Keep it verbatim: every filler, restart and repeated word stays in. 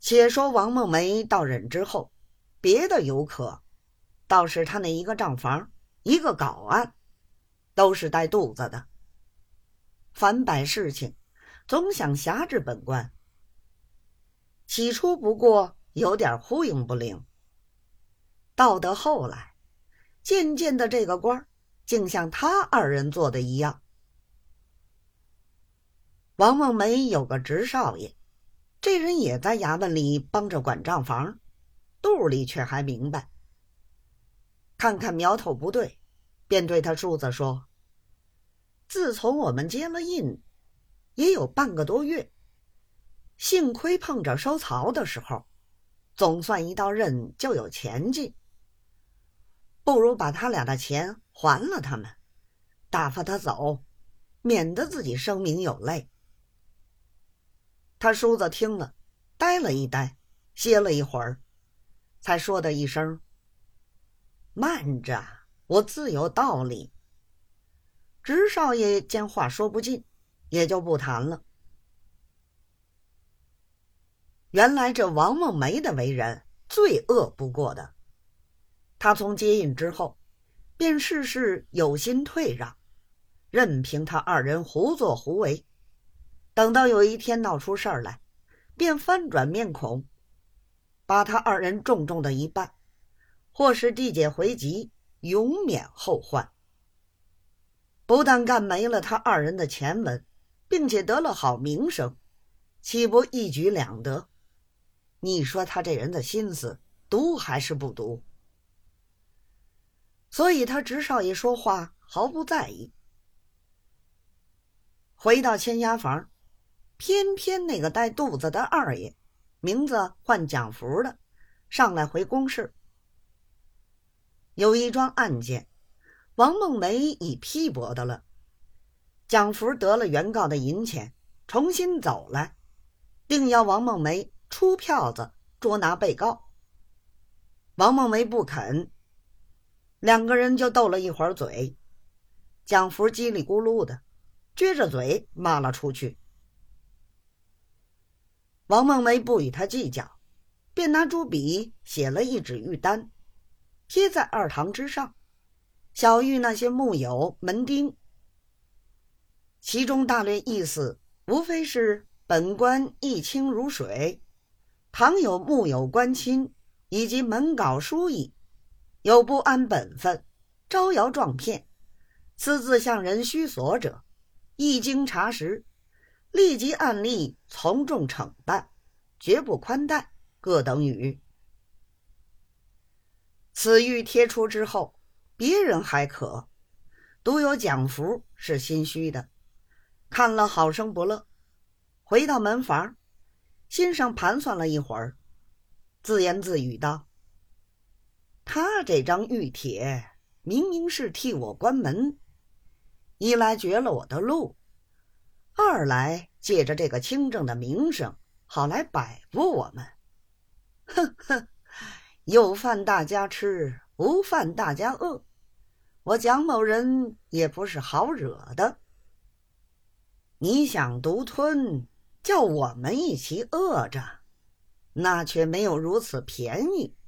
且说王梦梅到任之后，别的游客倒是他那一个账房一个搞案都是带肚子的，凡摆事情总想辖制本官。起初不过有点呼应不灵，到得后来渐渐的这个官竟像他二人做的一样。王梦梅有个侄少爷，这人也在衙门里帮着管账房，肚里却还明白。看看苗头不对，便对他叔子说，自从我们接了印也有半个多月，幸亏碰着收曹的时候，总算一到任就有钱进，不如把他俩的钱还了他们，打发他走，免得自己声名有累。他叔子听了，呆了一呆，歇了一会儿，才说的一声，慢着，我自有道理。侄少爷见话说不尽，也就不谈了。原来这王梦梅的为人最恶不过的，他从接印之后便事事有心退让，任凭他二人胡作胡为。等到有一天闹出事儿来，便翻转面孔，把他二人重重的一办，或是递解回籍，永免后患。不但干没了他二人的前文，并且得了好名声，岂不一举两得？你说他这人的心思毒还是不毒？所以他侄少爷说话毫不在意。回到签押房，偏偏那个带肚子的二爷，名字唤蒋福的，上来回公事。有一桩案件，王梦梅已批驳的了，蒋福得了原告的银钱，重新走来，定要王梦梅出票子捉拿被告。王梦梅不肯，两个人就斗了一会儿嘴，蒋福叽里咕噜的撅着嘴骂了出去。王梦梅不与他计较，便拿朱笔写了一纸玉单，贴在二堂之上，晓谕那些木友门丁。其中大略意思无非是本官义清如水，倘有木友官亲以及门稿书役有不安本分，招摇撞骗，私自向人虚索者，一经查实，立即按例从重惩办，绝不宽待，各等语。此谕贴出之后，别人还可，独有蒋福是心虚的，看了好生不乐。回到门房，心上盘算了一会儿，自言自语道，他这张玉帖明明是替我关门，一来绝了我的路，二来借着这个清正的名声好来摆布我们。哼哼，有饭大家吃，无饭大家饿，我蒋某人也不是好惹的。你想独吞，叫我们一起饿着，那却没有如此便宜。